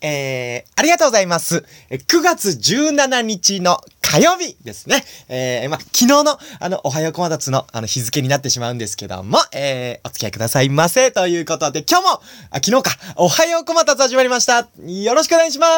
ありがとうございます。9月17日の火曜日ですね。昨日の、おはようこまたつの、日付になってしまうんですけども、お付き合いくださいませ。ということで、今日も、昨日か、おはようこまたつ始まりました。よろしくお願いします。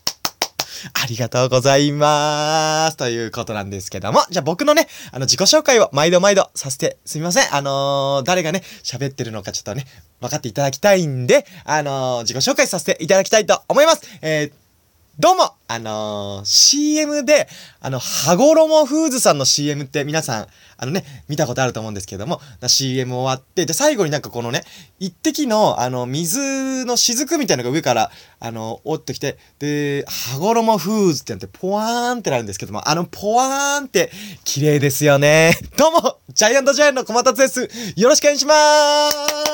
ありがとうございます。ということなんですけども、じゃあ僕のね、自己紹介を毎度させて、すみません。誰がね、喋ってるのかちょっとね、分かっていただきたいんで、自己紹介させていただきたいと思います。どうも、CM で、羽衣フーズさんの CM って皆さん、見たことあると思うんですけども、CM 終わって、で、最後になんかこのね、一滴の、水の雫みたいなのが上から、落ってきて、で、羽衣フーズってなって、ポワーンってなるんですけども、ポワーンって、綺麗ですよね。どうも、ジャイアントジャイアンの小松です。よろしくお願いしまー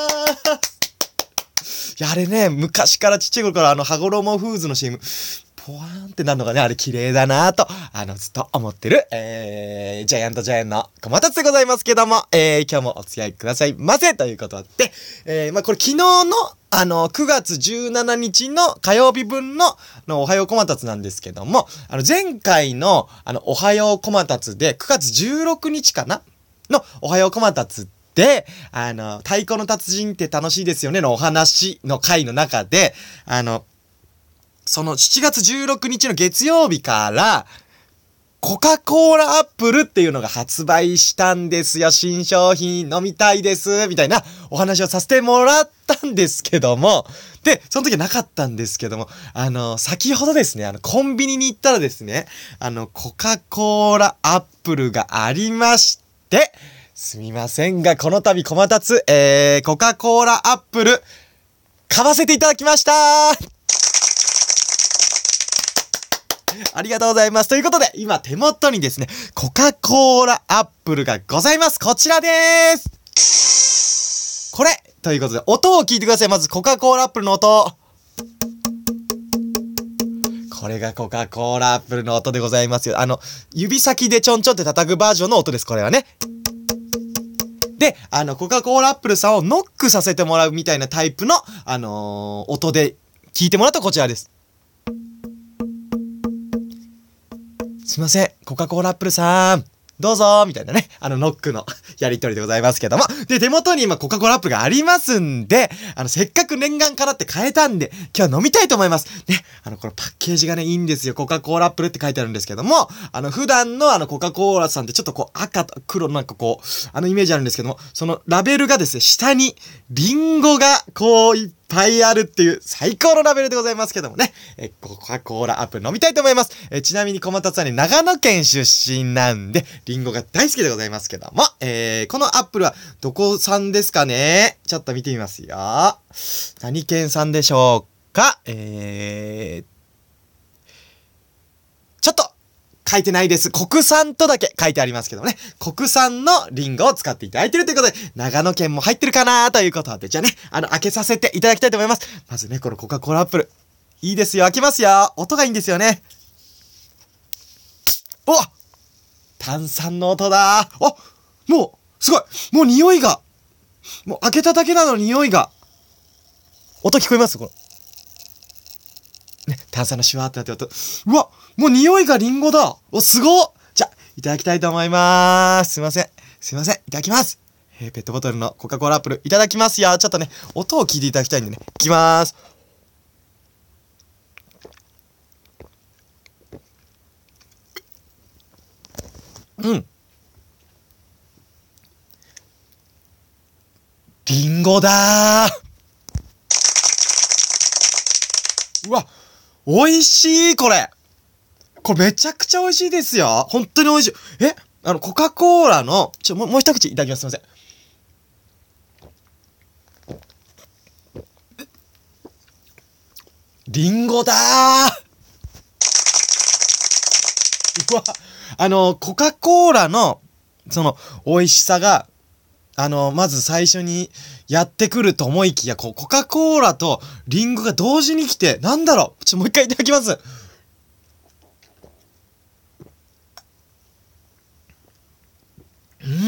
す。いや、あれね、昔からちっちゃい頃から、羽衣フーズの CM、ポワーンってなるのがね、あれ綺麗だなぁと、ずっと思ってる、ジャイアントジャイアンの小松でございますけども、今日もお付き合いくださいませということで、これ昨日の9月17日の火曜日分のおはようこまたつなんですけども、前回のおはようこまたつで9月16日かなのおはようこまたつで、太鼓の達人って楽しいですよねのお話の回の中で、その7月16日の月曜日から、コカ・コーラアップルっていうのが発売したんですよ。新商品飲みたいです。みたいなお話をさせてもらったんですけども、で、その時はなかったんですけども、先ほどですね、コンビニに行ったらですね、コカ・コーラアップルがありまして、すみませんが、この度小松つ、コカ・コーラアップル、買わせていただきましたありがとうございます。ということで、今手元にですね、コカ・コーラアップルがございます。こちらでーす。これということで、音を聞いてください。まず、コカ・コーラアップルの音。これがコカ・コーラアップルの音でございますよ。指先でちょんちょんって叩くバージョンの音です。これはね。で、コカ・コーラアップルさんをノックさせてもらうみたいなタイプの、音で聞いてもらうとこちらです。すいません、コカ・コーラアップルさん、どうぞーみたいなね、ノックのやりとりでございますけども。で、手元に今コカ・コーラアップルがありますんで、せっかく念願かなって買えたんで、今日は飲みたいと思います。ね、このパッケージがね、いいんですよ。コカ・コーラアップルって書いてあるんですけども、普段のコカ・コーラさんってちょっとこう赤と黒のなんかこう、イメージあるんですけども、そのラベルがですね、下にリンゴがこういっぱいあるっていう最高のラベルでございますけどもね、コカ・コーラアップル飲みたいと思います。ちなみに小松さんに長野県出身なんで、リンゴが大好きでございますけども、このアップルはどこ産ですかね？ちょっと見てみますよ。何県産でしょうか？ちょっと書いてないです。国産とだけ書いてありますけどもね。国産のリンゴを使っていただいているということで、長野県も入ってるかなということで、じゃあね、開けさせていただきたいと思います。まずね、このコカ・コーラアップル。いいですよ。開けますよ。音がいいんですよね。お！炭酸の音だー。もう、すごい。もう匂いが。もう開けただけなのに匂いが。音聞こえます？この。ね、炭酸のシュワーってなってる音。うわ！もう匂いがリンゴだ。すごっ！じゃ、いただきたいと思いまーす。すいません。すいません。いただきます。ペットボトルのコカ・コーラアップルいただきますよ。ちょっとね、音を聞いていただきたいんでね。いきまーす。うん。リンゴだー。うわ、美味しいこれ。これめちゃくちゃ美味しいですよ。本当に美味しい。コカ・コーラの、もう一口いただきます。すいません。リンゴだー。うわ、コカ・コーラの、美味しさが、まず最初にやってくると思いきや、コカ・コーラとリンゴが同時に来て、なんだろう。もう一回いただきます。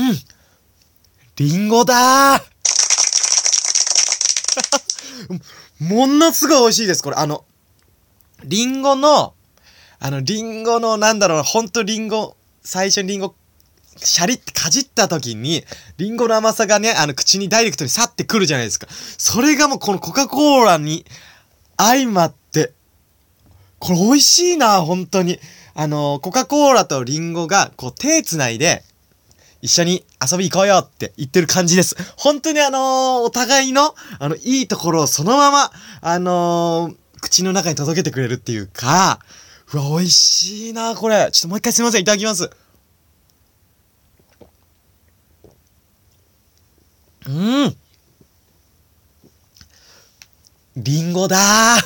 リンゴだーものすごい美味しいです。これ、リンゴの、なんだろうな、ほんとリンゴ、最初にリンゴ、シャリってかじった時に、リンゴの甘さがね、口にダイレクトに去ってくるじゃないですか。それがもうこのコカ・コーラに相まって、これ美味しいな、本当に。コカ・コーラとリンゴが、こう手繋いで、一緒に遊び行こうよって言ってる感じです。本当にお互いの、いいところをそのまま、口の中に届けてくれるっていうか、うわ、美味しいな、これ。ちょっともう一回すいません、いただきます。リンゴだー。い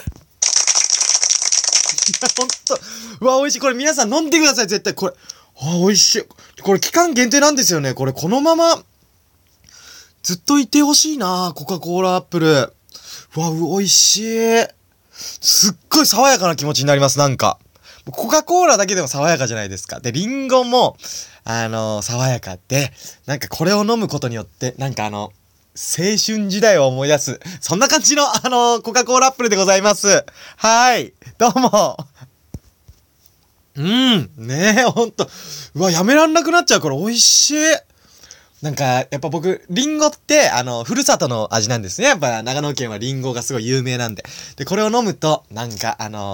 や、ほんと。うわ、美味しい。これ皆さん飲んでください、絶対。これ。美味しい。これ期間限定なんですよね。これこのまま、ずっといてほしいな、コカ・コーラアップル。うわ、美味しい。すっごい爽やかな気持ちになります、なんか。コカ・コーラだけでも爽やかじゃないですか。で、リンゴも、爽やかで、なんかこれを飲むことによって、なんか青春時代を思い出す。そんな感じの、コカ・コーラアップルでございます。はい。どうも。ねえ、ほんと。うわ、やめらんなくなっちゃう。これ美味しい。なんか、やっぱ僕、リンゴって、ふるさとの味なんですね。やっぱ、長野県はリンゴがすごい有名なんで。で、これを飲むと、なんか、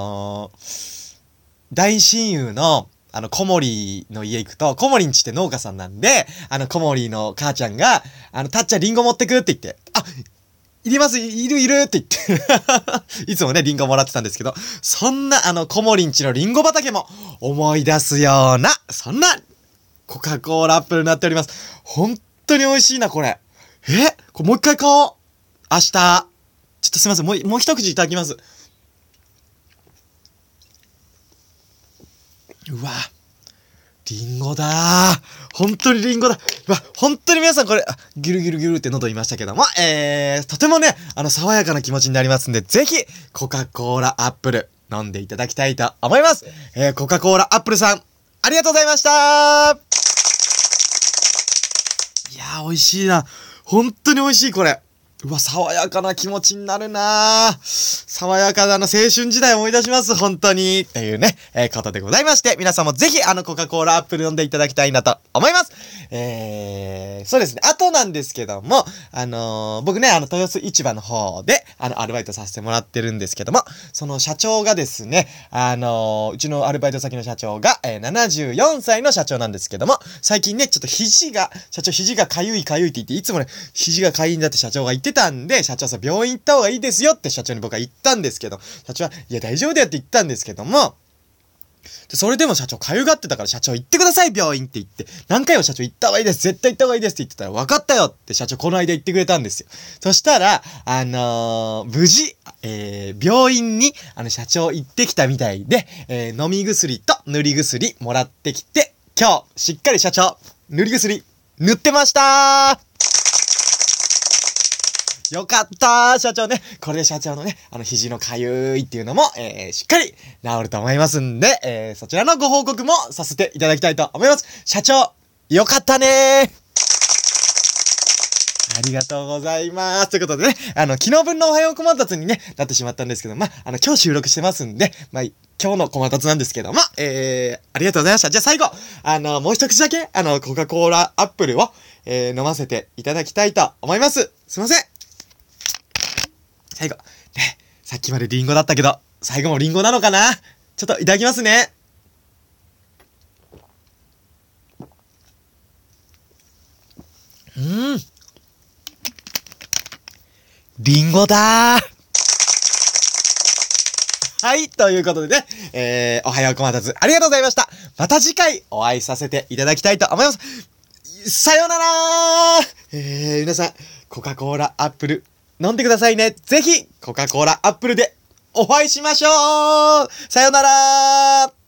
大親友の、小森の家行くと、小森んちって農家さんなんで、小森の母ちゃんが、たっちゃんリンゴ持ってくって言って、あ、いります、いるって言っていつもね、リンゴもらってたんですけど、そんな、小森んちのリンゴ畑も思い出すような、そんな、コカ・コーラアップルになっております。本当に美味しいな、これ。これもう一回買おう。明日。ちょっとすいません。もう一口いただきます。うわ。リンゴだー。本当にリンゴだ。うわ、本当に皆さんこれ、ギュルギュルギュルって喉言いましたけども、とてもね、爽やかな気持ちになりますんで、ぜひ、コカ・コーラアップル、飲んでいただきたいと思います。コカ・コーラアップルさん、ありがとうございましたー。いやー、美味しいな。本当に美味しい、これ。うわ、爽やかな気持ちになるなぁ。爽やかな青春時代を思い出します、本当に。っていうね、ことでございまして、皆さんもぜひコカ・コーラアップル飲んでいただきたいなと思います。そうですね。あとなんですけども、僕ね、豊洲市場の方で、アルバイトさせてもらってるんですけども、その社長がですね、うちのアルバイト先の社長が、74歳の社長なんですけども、最近ね、ちょっと肘がかゆいって言って、いつもね、肘がかゆいんだって社長が言ってたんで、社長さ、病院行った方がいいですよって社長に僕は言ったんですけど、社長は、いや、大丈夫だよって言ったんですけども、で、それでも社長かゆがってたから社長行ってください病院って言って、何回も社長行った方がいいです、絶対行った方がいいですって言ってたら、分かったよって社長この間言ってくれたんですよ。そしたら、無事、病院に、社長行ってきたみたいで、飲み薬と塗り薬もらってきて、今日、しっかり社長、塗り薬、塗ってましたー。よかったー、社長ね。これで社長のね、肘のかゆいっていうのも、しっかり治ると思いますんで、そちらのご報告もさせていただきたいと思います。社長、よかったねー。ありがとうございます。ということでね、昨日分のおはようコマンタツにね、なってしまったんですけど、今日収録してますんで、今日のコマンタツなんですけども、ありがとうございました。じゃあ最後、もう一口だけ、コカ・コーラアップルを、飲ませていただきたいと思います。すいません。最後。ね。さっきまでリンゴだったけど、最後もリンゴなのかな？ちょっといただきますね。リンゴだー。はい、ということでね、おはようこまたつ、ありがとうございました。また次回お会いさせていただきたいと思います。さようならー。皆さん、コカ・コーラアップル、飲んでくださいね。ぜひ、コカ・コーラアップルでお会いしましょう。さよならー。